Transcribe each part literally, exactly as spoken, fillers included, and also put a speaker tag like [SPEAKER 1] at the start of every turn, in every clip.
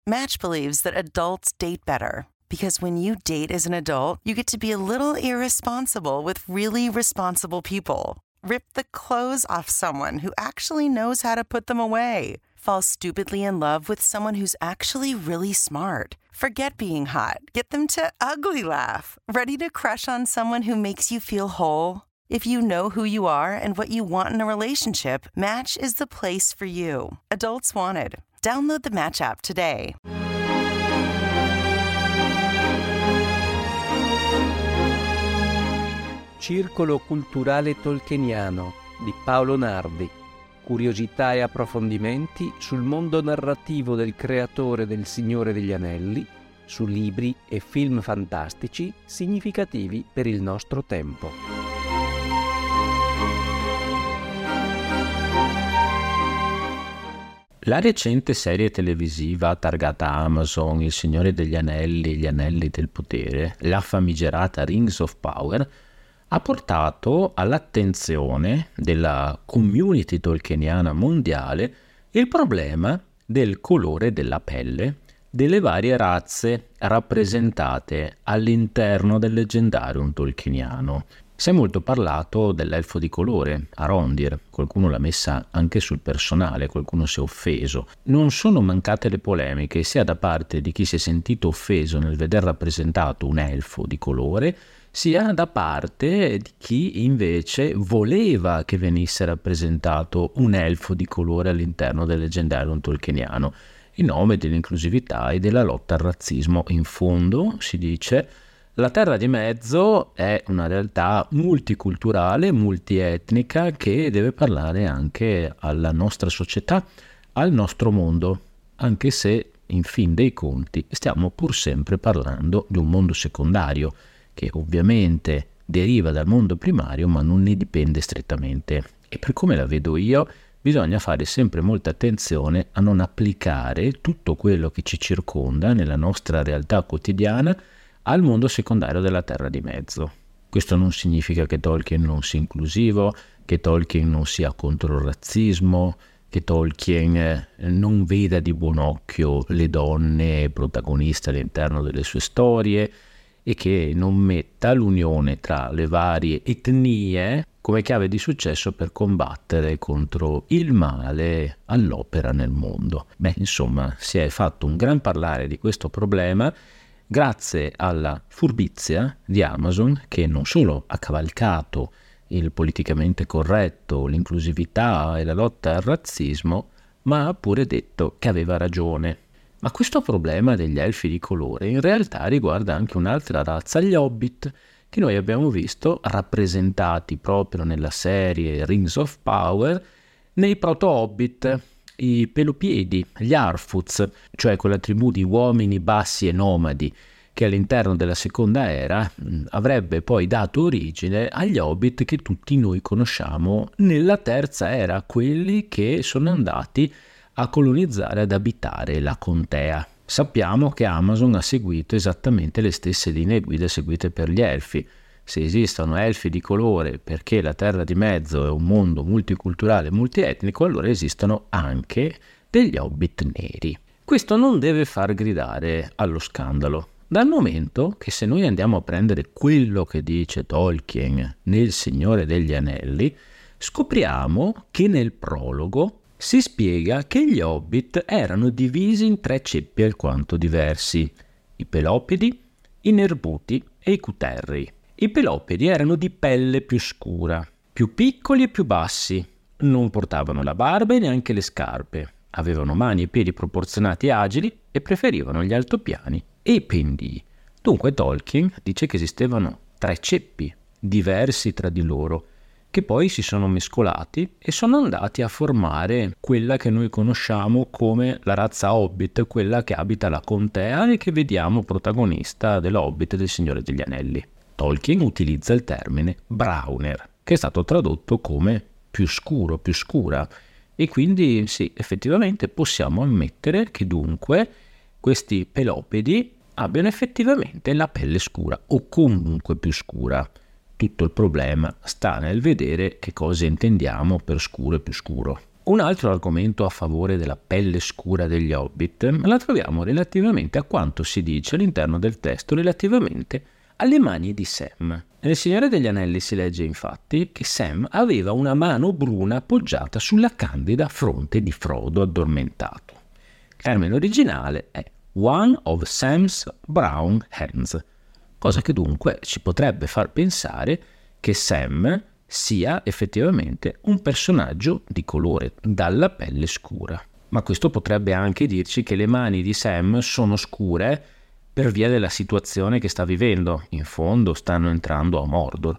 [SPEAKER 1] Match believes that adults date better. Because when you date as an adult, you get to be a little irresponsible with really responsible people. Rip the clothes off someone who actually knows how to put them away. Fall stupidly in love with someone who's actually really smart. Forget being hot. Get them to ugly laugh. Ready to crush on someone who makes you feel whole? If you know who you are and what you want in a relationship, Match is the place for you. Adults wanted. Download the Match app today.
[SPEAKER 2] Circolo culturale tolkieniano di Paolo Nardi. Curiosità e approfondimenti sul mondo narrativo del creatore del Signore degli Anelli, su libri e film fantastici significativi per il nostro tempo. La recente serie televisiva targata Amazon, Il Signore degli Anelli e gli Anelli del Potere, la famigerata Rings of Power, ha portato all'attenzione della community tolkieniana mondiale il problema del colore della pelle delle varie razze rappresentate all'interno del leggendarium tolkieniano. Si è molto parlato dell'elfo di colore, Arondir, qualcuno l'ha messa anche sul personale, qualcuno si è offeso. Non sono mancate le polemiche sia da parte di chi si è sentito offeso nel veder rappresentato un elfo di colore, sia da parte di chi invece voleva che venisse rappresentato un elfo di colore all'interno del leggendarium tolkieniano, in nome dell'inclusività e della lotta al razzismo. In fondo, si dice, la Terra di Mezzo è una realtà multiculturale, multietnica, che deve parlare anche alla nostra società, al nostro mondo, anche se, in fin dei conti, stiamo pur sempre parlando di un mondo secondario, che ovviamente deriva dal mondo primario ma non ne dipende strettamente. E per come la vedo io, bisogna fare sempre molta attenzione a non applicare tutto quello che ci circonda nella nostra realtà quotidiana al mondo secondario della Terra di Mezzo. Questo non significa che Tolkien non sia inclusivo, che Tolkien non sia contro il razzismo, che Tolkien non veda di buon occhio le donne protagoniste all'interno delle sue storie, e che non metta l'unione tra le varie etnie come chiave di successo per combattere contro il male all'opera nel mondo. Beh, insomma, si è fatto un gran parlare di questo problema grazie alla furbizia di Amazon, che non solo ha cavalcato il politicamente corretto, l'inclusività e la lotta al razzismo, ma ha pure detto che aveva ragione. Ma questo problema degli elfi di colore in realtà riguarda anche un'altra razza, gli Hobbit, che noi abbiamo visto rappresentati proprio nella serie Rings of Power nei proto-Hobbit, i Pelopiedi, gli Harfoots, cioè quella tribù di uomini bassi e nomadi che all'interno della seconda era mh, avrebbe poi dato origine agli Hobbit che tutti noi conosciamo nella terza era, quelli che sono andati a colonizzare, ad abitare la contea. Sappiamo che Amazon ha seguito esattamente le stesse linee guida seguite per gli elfi. Se esistono elfi di colore perché la Terra di Mezzo è un mondo multiculturale, multietnico, allora esistono anche degli hobbit neri. Questo non deve far gridare allo scandalo, dal momento che se noi andiamo a prendere quello che dice Tolkien nel Signore degli Anelli, scopriamo che nel prologo si spiega che gli hobbit erano divisi in tre ceppi alquanto diversi: i pelopidi, i nerbuti e i cuterri. I pelopidi erano di pelle più scura, più piccoli e più bassi, non portavano la barba e neanche le scarpe, avevano mani e piedi proporzionati e agili e preferivano gli altopiani e i pendii. Dunque Tolkien dice che esistevano tre ceppi diversi tra di loro, che poi si sono mescolati e sono andati a formare quella che noi conosciamo come la razza Hobbit, quella che abita la contea e che vediamo protagonista dell'Hobbit del Signore degli Anelli. Tolkien utilizza il termine Browner, che è stato tradotto come più scuro, più scura, e quindi sì, effettivamente possiamo ammettere che dunque questi pelopidi abbiano effettivamente la pelle scura o comunque più scura. Tutto il problema sta nel vedere che cosa intendiamo per scuro e più scuro. Un altro argomento a favore della pelle scura degli Hobbit la troviamo relativamente a quanto si dice all'interno del testo relativamente alle mani di Sam. Nel Signore degli Anelli si legge infatti che Sam aveva una mano bruna appoggiata sulla candida fronte di Frodo addormentato. Il termine originale è One of Sam's Brown Hands, cosa che dunque ci potrebbe far pensare che Sam sia effettivamente un personaggio di colore, dalla pelle scura. Ma questo potrebbe anche dirci che le mani di Sam sono scure per via della situazione che sta vivendo. In fondo stanno entrando a Mordor.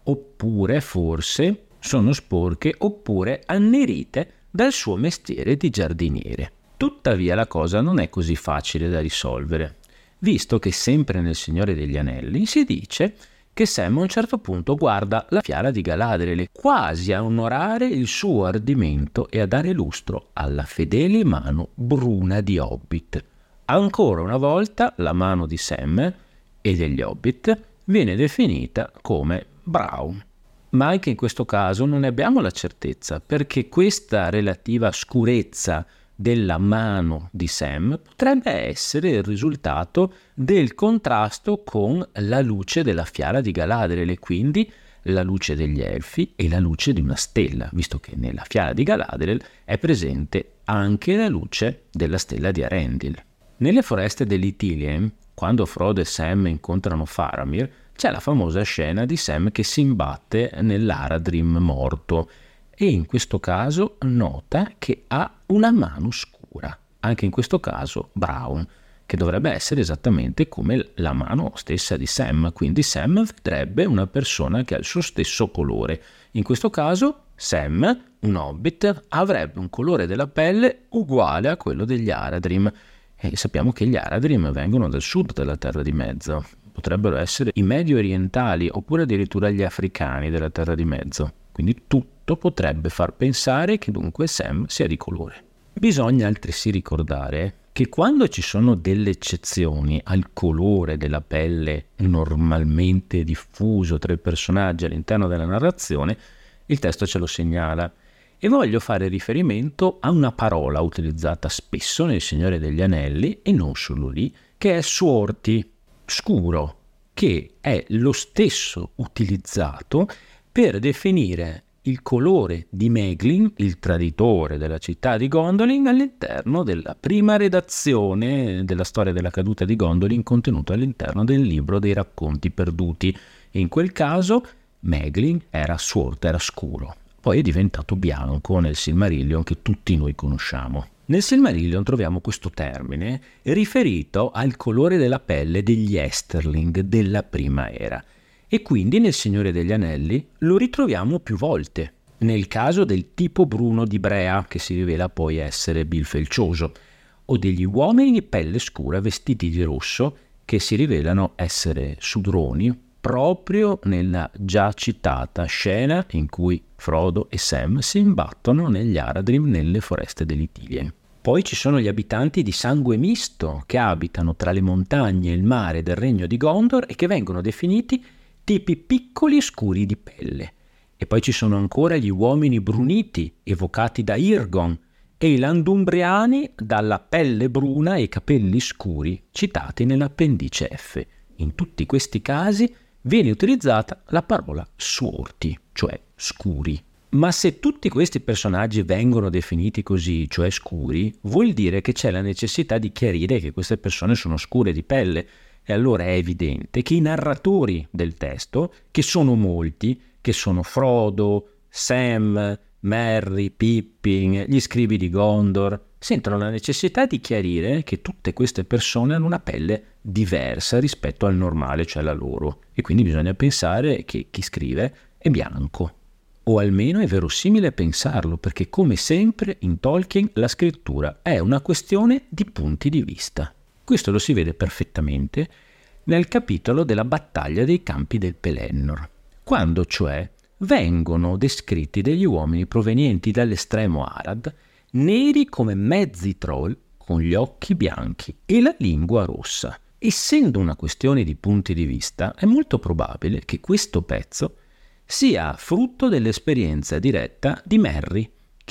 [SPEAKER 2] Oppure forse sono sporche oppure annerite dal suo mestiere di giardiniere. Tuttavia la cosa non è così facile da risolvere, visto che sempre nel Signore degli Anelli si dice che Sam a un certo punto guarda la fiala di Galadriel quasi a onorare il suo ardimento e a dare lustro alla fedele mano bruna di Hobbit. Ancora una volta la mano di Sam e degli Hobbit viene definita come brown. Ma anche in questo caso non ne abbiamo la certezza, perché questa relativa scurezza della mano di Sam potrebbe essere il risultato del contrasto con la luce della fiala di Galadriel e quindi la luce degli elfi e la luce di una stella, visto che nella fiala di Galadriel è presente anche la luce della stella di Arendil. Nelle foreste dell'Ithilien, quando Frodo e Sam incontrano Faramir, c'è la famosa scena di Sam che si imbatte nell'Aradrim morto, e in questo caso nota che ha una mano scura, anche in questo caso brown, che dovrebbe essere esattamente come la mano stessa di Sam, quindi Sam vedrebbe una persona che ha il suo stesso colore. In questo caso Sam, un hobbit, avrebbe un colore della pelle uguale a quello degli Aradrim, e sappiamo che gli Aradrim vengono dal sud della Terra di Mezzo, potrebbero essere i medio orientali oppure addirittura gli africani della Terra di Mezzo. Quindi tutto potrebbe far pensare che dunque Sam sia di colore. Bisogna altresì ricordare che quando ci sono delle eccezioni al colore della pelle normalmente diffuso tra i personaggi all'interno della narrazione, il testo ce lo segnala. E voglio fare riferimento a una parola utilizzata spesso nel Signore degli Anelli, e non solo lì, che è swarty, scuro, che è lo stesso utilizzato per definire il colore di Meglin, il traditore della città di Gondolin, all'interno della prima redazione della storia della caduta di Gondolin contenuta all'interno del libro dei racconti perduti. In quel caso Meglin era swart, era scuro, poi è diventato bianco nel Silmarillion che tutti noi conosciamo. Nel Silmarillion troviamo questo termine riferito al colore della pelle degli Esterling della prima era. E quindi nel Signore degli Anelli lo ritroviamo più volte, nel caso del tipo bruno di Brea, che si rivela poi essere bilfelcioso, o degli uomini di pelle scura vestiti di rosso, che si rivelano essere sudroni, proprio nella già citata scena in cui Frodo e Sam si imbattono negli Aradrim nelle foreste dell'Ithilien. Poi ci sono gli abitanti di sangue misto, che abitano tra le montagne e il mare del regno di Gondor e che vengono definiti tipi piccoli e scuri di pelle. E poi ci sono ancora gli uomini bruniti, evocati da Irgon, e i Landumbriani dalla pelle bruna e i capelli scuri, citati nell'appendice F. In tutti questi casi viene utilizzata la parola swarty, cioè scuri. Ma se tutti questi personaggi vengono definiti così, cioè scuri, vuol dire che c'è la necessità di chiarire che queste persone sono scure di pelle. E allora è evidente che i narratori del testo, che sono molti, che sono Frodo, Sam, Merry, Pippin, gli scribi di Gondor, sentono la necessità di chiarire che tutte queste persone hanno una pelle diversa rispetto al normale, cioè la loro. E quindi bisogna pensare che chi scrive è bianco. O almeno è verosimile pensarlo, perché come sempre in Tolkien la scrittura è una questione di punti di vista. Questo lo si vede perfettamente nel capitolo della battaglia dei campi del Pelennor, quando cioè vengono descritti degli uomini provenienti dall'estremo Arad, neri come mezzi troll, con gli occhi bianchi e la lingua rossa. Essendo una questione di punti di vista, è molto probabile che questo pezzo sia frutto dell'esperienza diretta di Merry,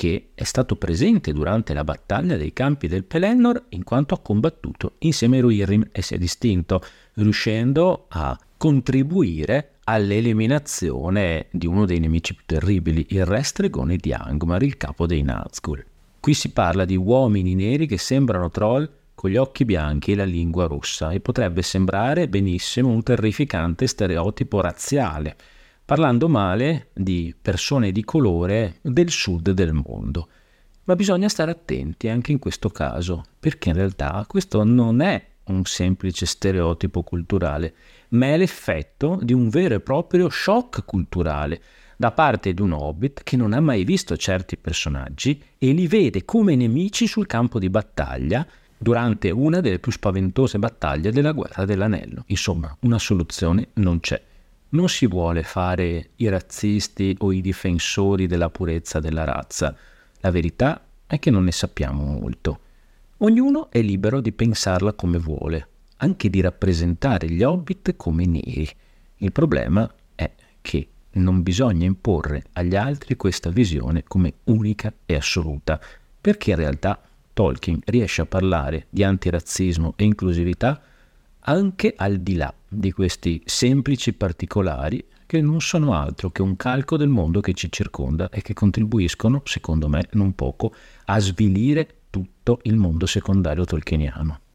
[SPEAKER 2] che è stato presente durante la battaglia dei campi del Pelennor in quanto ha combattuto insieme ai Rohirrim e si è distinto, riuscendo a contribuire all'eliminazione di uno dei nemici più terribili, il re stregone di Angmar, il capo dei Nazgûl. Qui si parla di uomini neri che sembrano troll con gli occhi bianchi e la lingua rossa, e potrebbe sembrare benissimo un terrificante stereotipo razziale, parlando male di persone di colore del sud del mondo. Ma bisogna stare attenti anche in questo caso, perché in realtà questo non è un semplice stereotipo culturale, ma è l'effetto di un vero e proprio shock culturale da parte di un hobbit che non ha mai visto certi personaggi e li vede come nemici sul campo di battaglia durante una delle più spaventose battaglie della Guerra dell'Anello. Insomma, una soluzione non c'è. Non si vuole fare i razzisti o i difensori della purezza della razza. La verità è che non ne sappiamo molto. Ognuno è libero di pensarla come vuole, anche di rappresentare gli hobbit come neri. Il problema è che non bisogna imporre agli altri questa visione come unica e assoluta, perché in realtà Tolkien riesce a parlare di antirazzismo e inclusività anche al di là di questi semplici particolari che non sono altro che un calco del mondo che ci circonda e che contribuiscono, secondo me, non poco, a svilire tutto il mondo secondario tolkieniano.